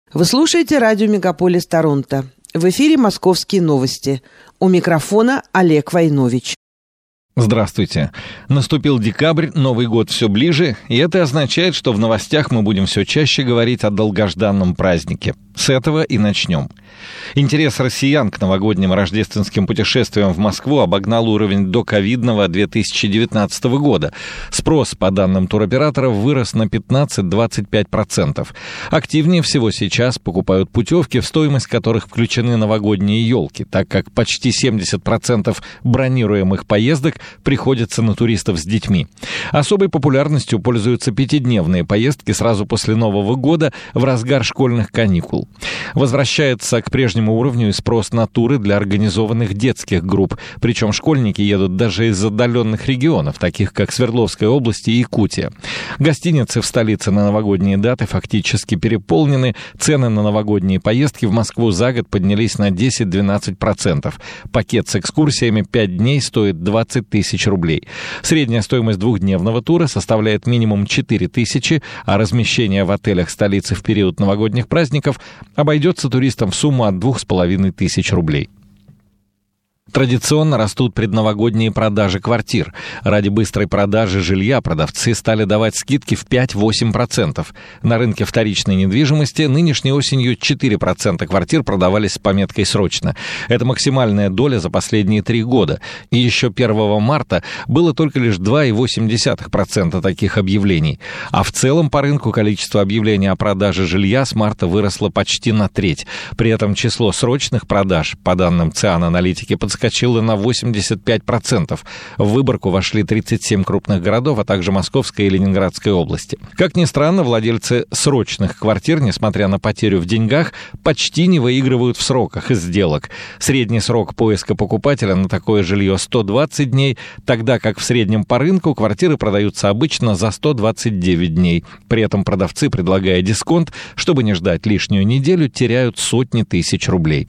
Вы слушаете радио «Мегаполис Торонто». В эфире «Московские новости». У микрофона Олег Войнович. Здравствуйте. Наступил декабрь, Новый год все ближе, и это означает, что в новостях мы будем все чаще говорить о долгожданном празднике. С этого и начнем. Интерес россиян к новогодним рождественским путешествиям в Москву обогнал уровень доковидного 2019 года. Спрос, по данным туроператоров, вырос на 15-25%. Активнее всего сейчас покупают путевки, в стоимость которых включены новогодние елки, так как почти 70% бронируемых поездок приходится на туристов с детьми. Особой популярностью пользуются пятидневные поездки сразу после Нового года в разгар школьных каникул. Возвращается к прежнему уровню и спрос на туры для организованных детских групп. Причем школьники едут даже из отдаленных регионов, таких как Свердловская область и Якутия. Гостиницы в столице на новогодние даты фактически переполнены. Цены на новогодние поездки в Москву за год поднялись на 10-12%. Пакет с экскурсиями 5 дней стоит 20 тысяч рублей. Средняя стоимость двухдневного тура составляет минимум 4 тысячи, а размещение в отелях столицы в период новогодних праздников обойдется туристам в сумму от 2500 рублей. Традиционно растут предновогодние продажи квартир. Ради быстрой продажи жилья продавцы стали давать скидки в 5-8%. На рынке вторичной недвижимости нынешней осенью 4% квартир продавались с пометкой «срочно». Это максимальная доля за последние 3 года. И еще 1 марта было только лишь 2,8% таких объявлений. А в целом по рынку количество объявлений о продаже жилья с марта выросло почти на треть. При этом число срочных продаж, по данным ЦИАН аналитики, подскочило на 85%. В выборку вошли 37 крупных городов, а также Московская и Ленинградская области. Как ни странно, владельцы срочных квартир, несмотря на потерю в деньгах, почти не выигрывают в сроках из сделок. Средний срок поиска покупателя на такое жилье 120 дней, тогда как в среднем по рынку квартиры продаются обычно за 129 дней. При этом продавцы, предлагая дисконт, чтобы не ждать лишнюю неделю, теряют сотни тысяч рублей.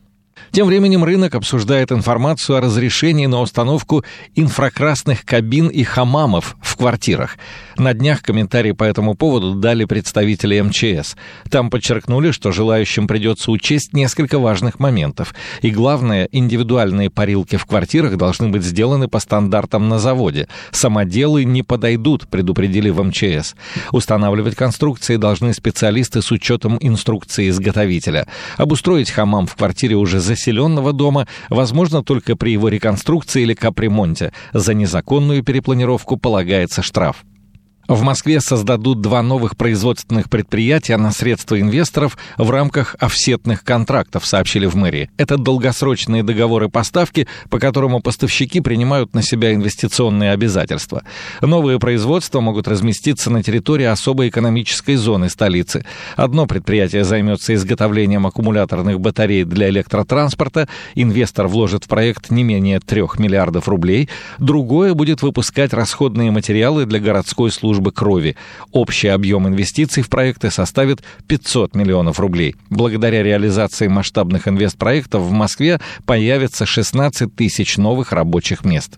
Тем временем рынок обсуждает информацию о разрешении на установку инфракрасных кабин и хамамов в квартирах. На днях комментарии по этому поводу дали представители МЧС. Там подчеркнули, что желающим придется учесть несколько важных моментов. И главное, индивидуальные парилки в квартирах должны быть сделаны по стандартам на заводе. Самоделы не подойдут, предупредили в МЧС. Устанавливать конструкции должны специалисты с учетом инструкции изготовителя. Обустроить хамам в квартире уже заселенного дома возможно только при его реконструкции или капремонте. За незаконную перепланировку полагается штраф. В Москве создадут 2 новых производственных предприятия на средства инвесторов в рамках офсетных контрактов, сообщили в мэрии. Это долгосрочные договоры поставки, по которым поставщики принимают на себя инвестиционные обязательства. Новые производства могут разместиться на территории особой экономической зоны столицы. Одно предприятие займется изготовлением аккумуляторных батарей для электротранспорта. Инвестор вложит в проект не менее 3 миллиардов рублей. Другое будет выпускать расходные материалы для городской службы крови. Общий объем инвестиций в проекты составит 500 миллионов рублей. Благодаря реализации масштабных инвестпроектов в Москве появится 16 тысяч новых рабочих мест.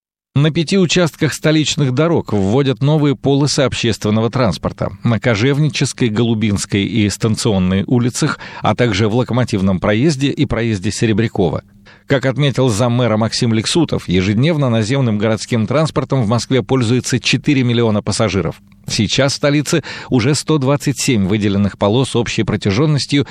На 5 участках столичных дорог вводят новые полосы общественного транспорта. На Кожевнической, Голубинской и Станционной улицах, а также в Локомотивном проезде и проезде Серебрякова. Как отметил заммэра Максим Лексутов, ежедневно наземным городским транспортом в Москве пользуется 4 миллиона пассажиров. Сейчас в столице уже 127 выделенных полос общей протяженностью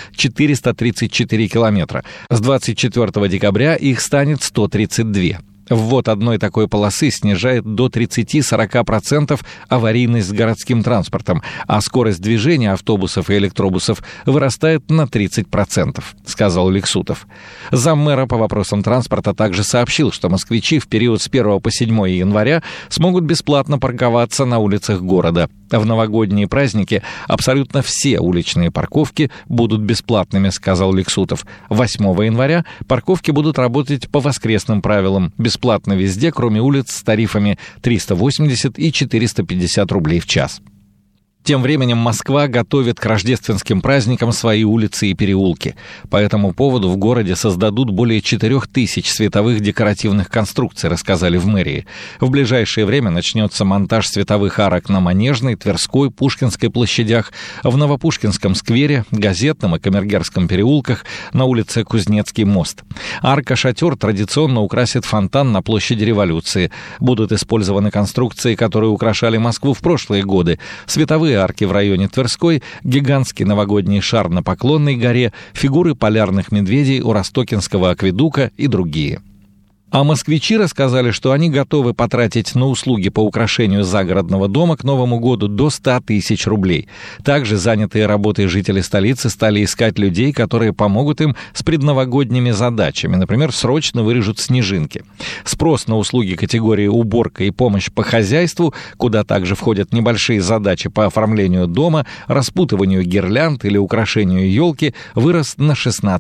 434 километра. С 24 декабря их станет 132. Ввод одной такой полосы снижает до 30-40% аварийность с городским транспортом, а скорость движения автобусов и электробусов вырастает на 30%, сказал Лексутов. Заммэра по вопросам транспорта также сообщил, что москвичи в период с 1 по 7 января смогут бесплатно парковаться на улицах города. В новогодние праздники абсолютно все уличные парковки будут бесплатными, сказал Лексутов. 8 января парковки будут работать по воскресным правилам, бесплатно везде, кроме улиц с тарифами 380 и 450 рублей в час. Тем временем Москва готовит к рождественским праздникам свои улицы и переулки. По этому поводу в городе создадут более 4000 световых декоративных конструкций, рассказали в мэрии. В ближайшее время начнется монтаж световых арок на Манежной, Тверской, Пушкинской площадях, в Новопушкинском сквере, Газетном и Камергерском переулках, на улице Кузнецкий мост. Арка-шатер традиционно украсит фонтан на площади Революции. Будут использованы конструкции, которые украшали Москву в прошлые годы. Световые арки в районе Тверской, гигантский новогодний шар на Поклонной горе, фигуры полярных медведей у Ростокинского акведука и другие. А москвичи рассказали, что они готовы потратить на услуги по украшению загородного дома к Новому году до 100 тысяч рублей. Также занятые работой жители столицы стали искать людей, которые помогут им с предновогодними задачами. Например, срочно вырежут снежинки. Спрос на услуги категории уборка и помощь по хозяйству, куда также входят небольшие задачи по оформлению дома, распутыванию гирлянд или украшению елки, вырос на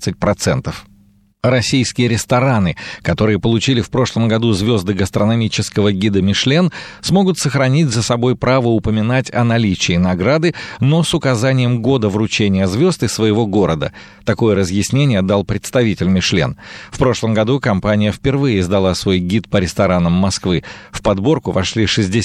16%. Российские рестораны, которые получили в прошлом году звезды гастрономического гида «Мишлен», смогут сохранить за собой право упоминать о наличии награды, но с указанием года вручения звезд и своего города. Такое разъяснение дал представитель «Мишлен». В прошлом году компания впервые издала свой гид по ресторанам Москвы. В подборку вошли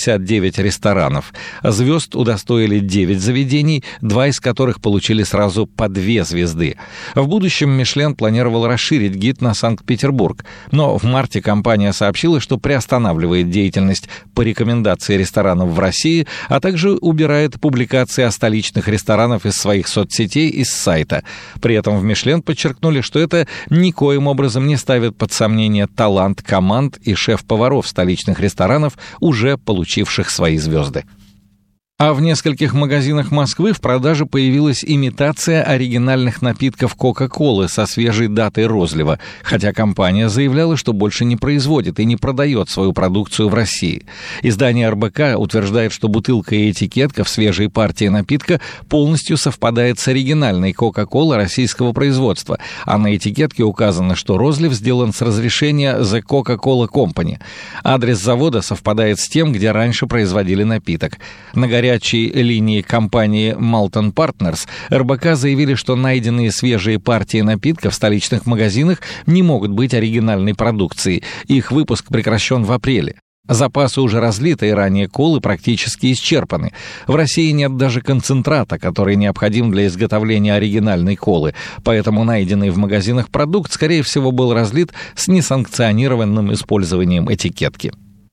69 ресторанов. Звезд удостоили 9 заведений, 2 из которых получили сразу по 2 звезды. В будущем «Мишлен» планировал расширить гид на Санкт-Петербург. Но в марте компания сообщила, что приостанавливает деятельность по рекомендации ресторанов в России, а также убирает публикации о столичных ресторанах из своих соцсетей и с сайта. При этом в «Мишлен» подчеркнули, что это никоим образом не ставит под сомнение талант команд и шеф-поваров столичных ресторанов, уже получивших свои звезды. А в нескольких магазинах Москвы в продаже появилась имитация оригинальных напитков Кока-Колы со свежей датой розлива, хотя компания заявляла, что больше не производит и не продает свою продукцию в России. Издание РБК утверждает, что бутылка и этикетка в свежей партии напитка полностью совпадает с оригинальной Кока-Колы российского производства, а на этикетке указано, что розлив сделан с разрешения The Coca-Cola Company. Адрес завода совпадает с тем, где раньше производили напиток. На горячей линии компании Malton Partners РБК заявили, что найденные свежие партии напитка в столичных магазинах не могут быть оригинальной продукцией. Их выпуск прекращен в апреле. Запасы уже разлитой ранее колы практически исчерпаны. В России нет даже концентрата, который необходим для изготовления оригинальной колы, поэтому найденный в магазинах продукт, скорее всего, был разлит с несанкционированным использованием этикетки.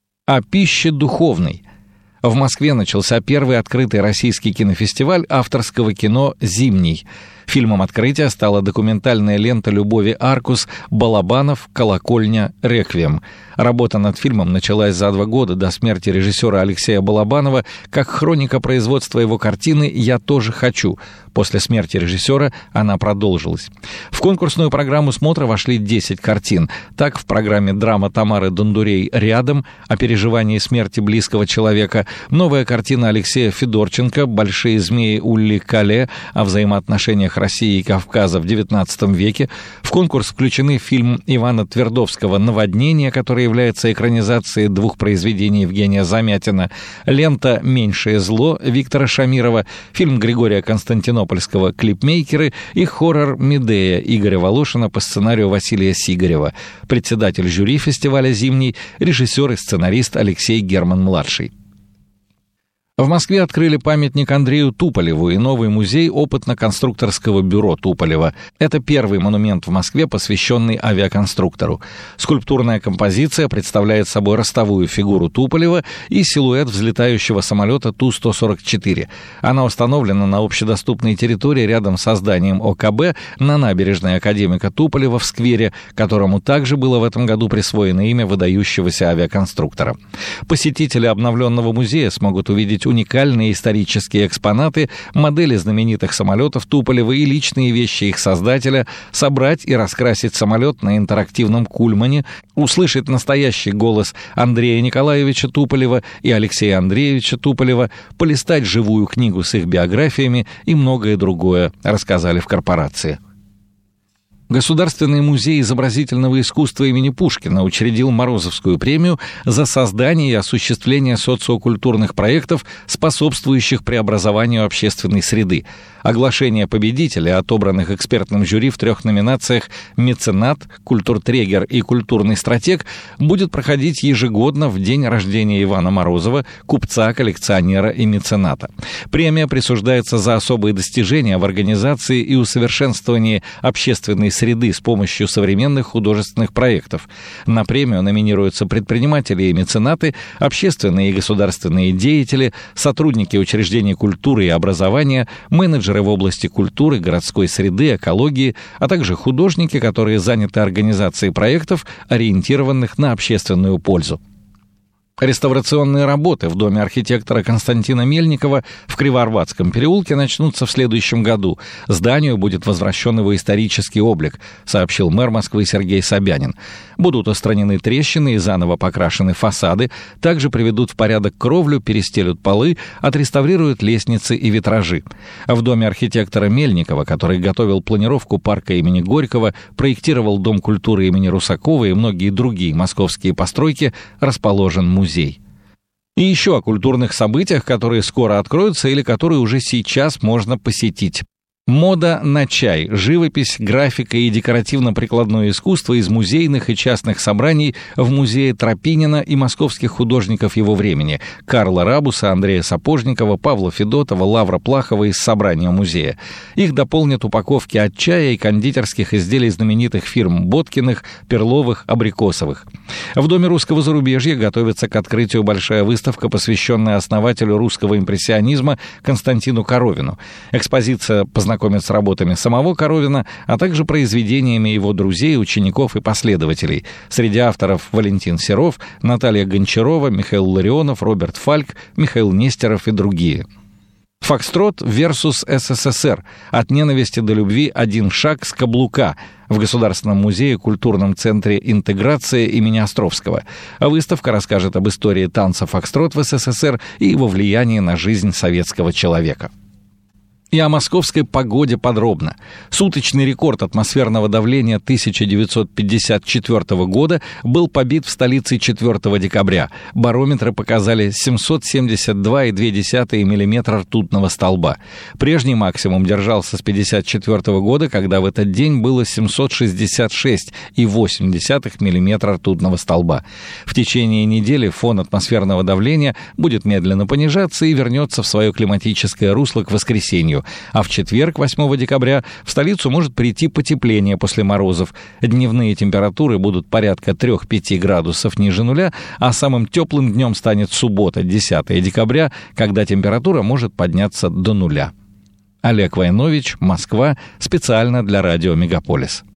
О пище духовной. В Москве начался первый открытый российский кинофестиваль авторского кино «Зимний». Фильмом открытия стала документальная лента Любови Аркус «Балабанов. Колокольня. Реквием». Работа над фильмом началась за 2 года до смерти режиссера Алексея Балабанова как хроника производства его картины «Я тоже хочу». После смерти режиссера она продолжилась. В конкурсную программу смотра вошли 10 картин. Так, в программе драма Тамары Дондурей «Рядом» о переживании смерти близкого человека, новая картина Алексея Федорченко «Большие змеи Улли Кале» о взаимоотношениях России и Кавказа в XIX веке. В конкурс включены фильм Ивана Твердовского «Наводнение», который является экранизацией 2 произведений Евгения Замятина, лента «Меньшее зло» Виктора Шамирова, фильм Григория Константинопольского «Клипмейкеры» и хоррор «Медея» Игоря Волошина по сценарию Василия Сигарева. Председатель жюри фестиваля «Зимний», режиссер и сценарист Алексей Герман-младший. В Москве открыли памятник Андрею Туполеву и новый музей опытно-конструкторского бюро Туполева. Это первый монумент в Москве, посвященный авиаконструктору. Скульптурная композиция представляет собой ростовую фигуру Туполева и силуэт взлетающего самолета Ту-144. Она установлена на общедоступной территории рядом со зданием ОКБ на набережной академика Туполева в сквере, которому также было в этом году присвоено имя выдающегося авиаконструктора. Посетители обновленного музея смогут увидеть уникальные исторические экспонаты, модели знаменитых самолетов Туполева и личные вещи их создателя, собрать и раскрасить самолет на интерактивном кульмане, услышать настоящий голос Андрея Николаевича Туполева и Алексея Андреевича Туполева, полистать живую книгу с их биографиями и многое другое, рассказали в корпорации. Государственный музей изобразительного искусства имени Пушкина учредил Морозовскую премию за создание и осуществление социокультурных проектов, способствующих преобразованию общественной среды. Оглашение победителей, отобранных экспертным жюри в 3 номинациях «Меценат», «Культуртрегер» и «Культурный стратег», будет проходить ежегодно в день рождения Ивана Морозова, купца, коллекционера и мецената. Премия присуждается за особые достижения в организации и усовершенствовании общественной среды с помощью современных художественных проектов. На премию номинируются предприниматели и меценаты, общественные и государственные деятели, сотрудники учреждений культуры и образования, менеджеры в области культуры, городской среды, экологии, а также художники, которые заняты организацией проектов, ориентированных на общественную пользу. Реставрационные работы в доме архитектора Константина Мельникова в Кривоарбатском переулке начнутся в следующем году. Зданию будет возвращен его исторический облик, сообщил мэр Москвы Сергей Собянин. Будут устранены трещины и заново покрашены фасады, также приведут в порядок кровлю, перестелют полы, отреставрируют лестницы и витражи. В доме архитектора Мельникова, который готовил планировку парка имени Горького, проектировал Дом культуры имени Русакова и многие другие московские постройки, расположен музей. И еще о культурных событиях, которые скоро откроются или которые уже сейчас можно посетить. Мода на чай, живопись, графика и декоративно-прикладное искусство из музейных и частных собраний в музее Тропинина и московских художников его времени Карла Рабуса, Андрея Сапожникова, Павла Федотова, Лавра Плахова из собрания музея. Их дополнят упаковки от чая и кондитерских изделий знаменитых фирм Боткиных, Перловых, Абрикосовых. В Доме русского зарубежья готовится к открытию большая выставка, посвященная основателю русского импрессионизма Константину Коровину. Экспозиция познакомит с работами самого Коровина, а также произведениями его друзей, учеников и последователей. Среди авторов Валентин Серов, Наталья Гончарова, Михаил Ларионов, Роберт Фальк, Михаил Нестеров и другие. Фокстрот versus СССР. От ненависти до любви один шаг с каблука в Государственном музее культурном центре «Интеграция» имени Островского. Выставка расскажет об истории танца фокстрот в СССР и его влиянии на жизнь советского человека. И о московской погоде подробно. Суточный рекорд атмосферного давления 1954 года был побит в столице 4 декабря. Барометры показали 772,2 мм ртутного столба. Прежний максимум держался с 1954 года, когда в этот день было 766,8 мм ртутного столба. В течение недели фон атмосферного давления будет медленно понижаться и вернется в свое климатическое русло к воскресенью. А в четверг, 8 декабря, в столицу может прийти потепление после морозов. Дневные температуры будут порядка 3-5 градусов ниже нуля, а самым теплым днем станет суббота, 10 декабря, когда температура может подняться до нуля. Олег Войнович, Москва, специально для радио «Мегаполис».